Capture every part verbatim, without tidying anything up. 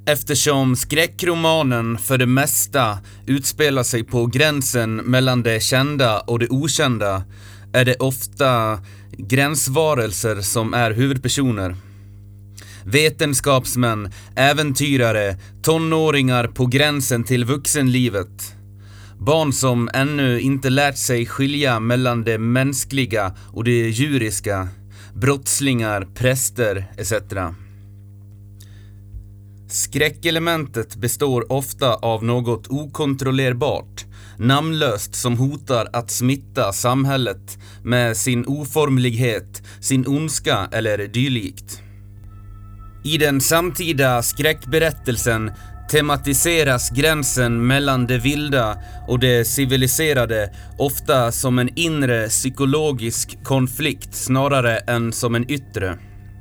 Eftersom skräckromanen för det mesta utspelar sig på gränsen mellan det kända och det okända är det ofta gränsvarelser som är huvudpersoner. Vetenskapsmän, äventyrare, tonåringar på gränsen till vuxenlivet. Barn som ännu inte lärt sig skilja mellan det mänskliga och det djuriska. Brottslingar, präster et cetera. Skräckelementet består ofta av något okontrollerbart, namnlöst som hotar att smitta samhället med sin oformlighet, sin ondska eller dylikt. I den samtida skräckberättelsen tematiseras gränsen mellan det vilda och det civiliserade ofta som en inre psykologisk konflikt snarare än som en yttre.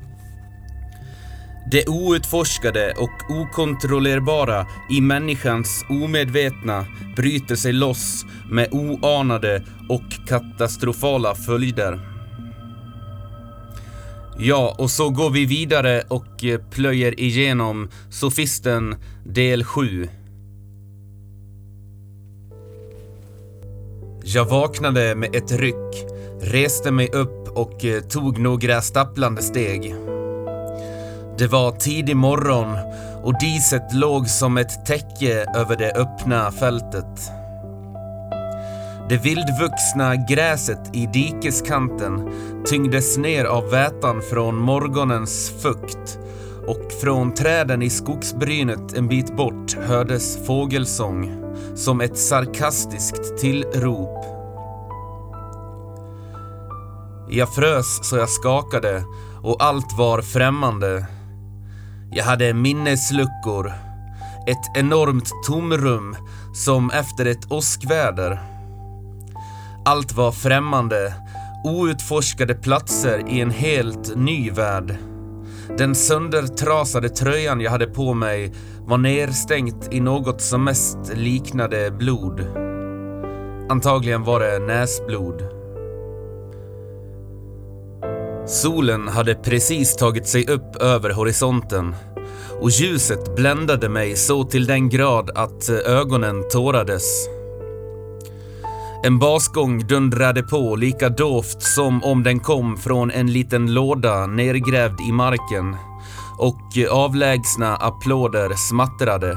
Det outforskade och okontrollerbara i människans omedvetna bryter sig loss med oanade och katastrofala följder. Ja, och så går vi vidare och plöjer igenom Sofisten del sju. Jag vaknade med ett ryck, reste mig upp och tog några stapplande steg. Det var tidig morgon och diset låg som ett täcke över det öppna fältet. Det vildvuxna gräset i dikeskanten tyngdes ner av vätan från morgonens fukt och från träden i skogsbrynet en bit bort hördes fågelsång som ett sarkastiskt tillrop. Jag frös så jag skakade och allt var främmande. Jag hade minnesluckor, ett enormt tomrum som efter ett åskväder. Allt var främmande, outforskade platser i en helt ny värld. Den söndertrasade tröjan jag hade på mig var nerstängt i något som mest liknade blod. Antagligen var det näsblod. Solen hade precis tagit sig upp över horisonten och ljuset bländade mig så till den grad att ögonen tårades. En basgång dundrade på lika dovt som om den kom från en liten låda nergrävd i marken och avlägsna applåder smattrade.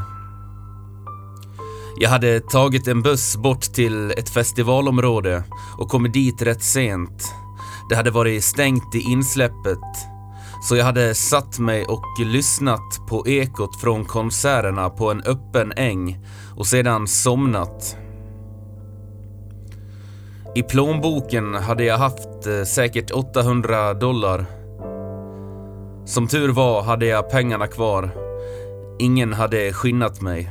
Jag hade tagit en buss bort till ett festivalområde och kommit dit rätt sent. Det hade varit stängt i insläppet, så jag hade satt mig och lyssnat på ekot från konserterna på en öppen äng och sedan somnat. I plånboken hade jag haft eh, säkert åttahundra dollar. Som tur var hade jag pengarna kvar. Ingen hade skinnat mig.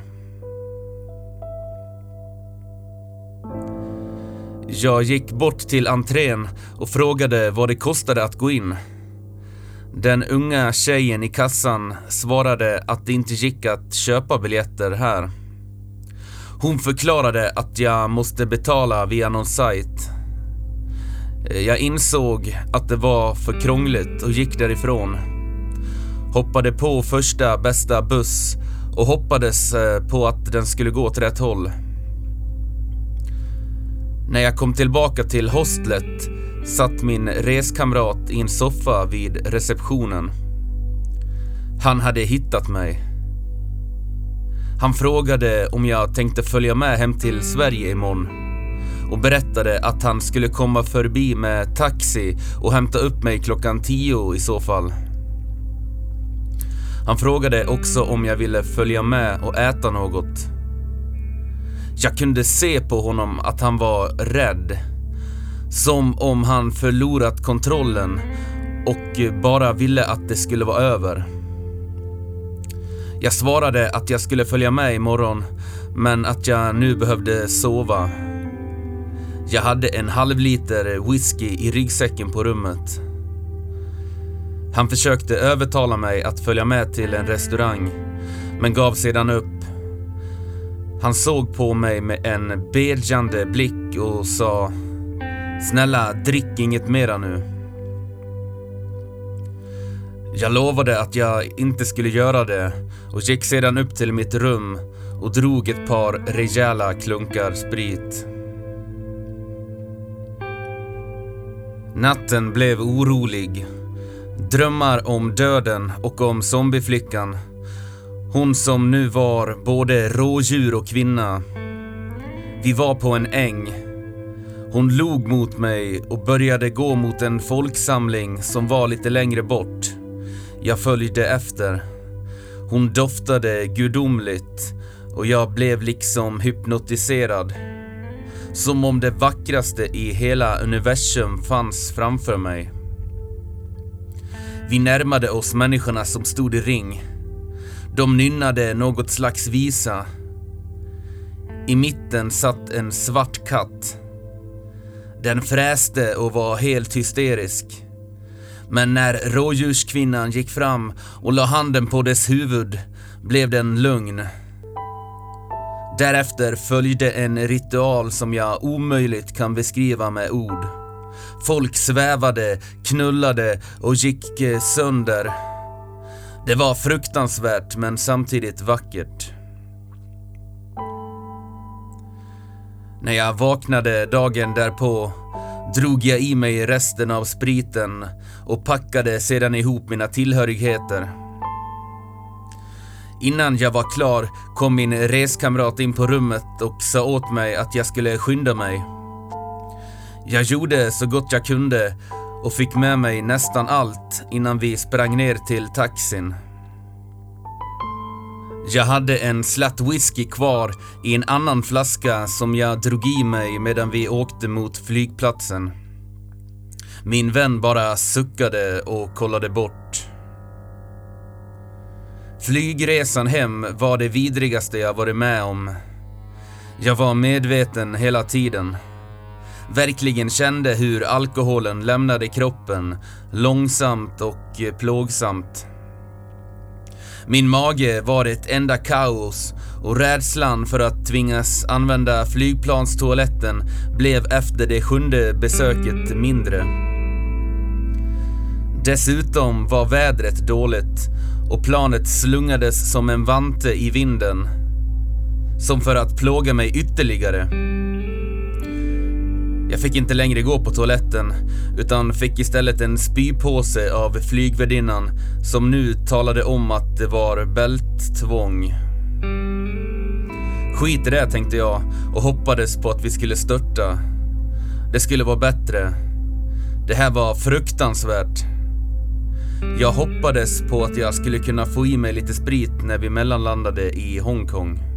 Jag gick bort till entrén och frågade vad det kostade att gå in. Den unga tjejen i kassan svarade att det inte gick att köpa biljetter här. Hon förklarade att jag måste betala via någon sajt. Jag insåg att det var för krångligt och gick därifrån. Hoppade på första bästa buss och hoppades på att den skulle gå till rätt håll. När jag kom tillbaka till hostlet satt min reskamrat i en soffa vid receptionen. Han hade hittat mig. Han frågade om jag tänkte följa med hem till Sverige imorgon och berättade att han skulle komma förbi med taxi och hämta upp mig klockan tio i så fall. Han frågade också om jag ville följa med och äta något. Jag kunde se på honom att han var rädd, som om han förlorat kontrollen och bara ville att det skulle vara över. Jag svarade att jag skulle följa med imorgon, men att jag nu behövde sova. Jag hade en halv liter whisky i ryggsäcken på rummet. Han försökte övertala mig att följa med till en restaurang, men gav sedan upp. Han såg på mig med en bedjande blick och sa: "Snälla, drick inget mera nu." Jag lovade att jag inte skulle göra det och gick sedan upp till mitt rum och drog ett par rejäla klunkar sprit. Natten blev orolig. Drömmar om döden och om zombieflickan. Hon som nu var både rådjur och kvinna. Vi var på en äng. Hon log mot mig och började gå mot en folksamling som var lite längre bort. Jag följde efter. Hon doftade gudomligt och jag blev liksom hypnotiserad. Som om det vackraste i hela universum fanns framför mig. Vi närmade oss människorna som stod i ring. De nynnade något slags visa. I mitten satt en svart katt. Den fräste och var helt hysterisk. Men när rådjurskvinnan gick fram och la handen på dess huvud blev den lugn. Därefter följde en ritual som jag omöjligt kan beskriva med ord. Folk svävade, knullade och gick sönder. Det var fruktansvärt men samtidigt vackert. När jag vaknade dagen därpå drog jag i mig resten av spriten och packade sedan ihop mina tillhörigheter. Innan jag var klar kom min reskamrat in på rummet och sa åt mig att jag skulle skynda mig. Jag gjorde så gott jag kunde och fick med mig nästan allt innan vi sprang ner till taxin. Jag hade en slatt whisky kvar i en annan flaska som jag drog i mig medan vi åkte mot flygplatsen. Min vän bara suckade och kollade bort. Flygresan hem var det vidrigaste jag varit med om. Jag var medveten hela tiden. Verkligen kände hur alkoholen lämnade kroppen, långsamt och plågsamt. Min mage var ett enda kaos och rädslan för att tvingas använda flygplanstoaletten blev efter det sjunde besöket mindre. Dessutom var vädret dåligt och planet slungades som en vante i vinden, som för att plåga mig ytterligare. Jag fick inte längre gå på toaletten utan fick istället en spypåse av flygvärdinnan som nu talade om att det var bälttvång. Skit i det, tänkte jag och hoppades på att vi skulle störta. Det skulle vara bättre. Det här var fruktansvärt. Jag hoppades på att jag skulle kunna få i mig lite sprit när vi mellanlandade i Hongkong.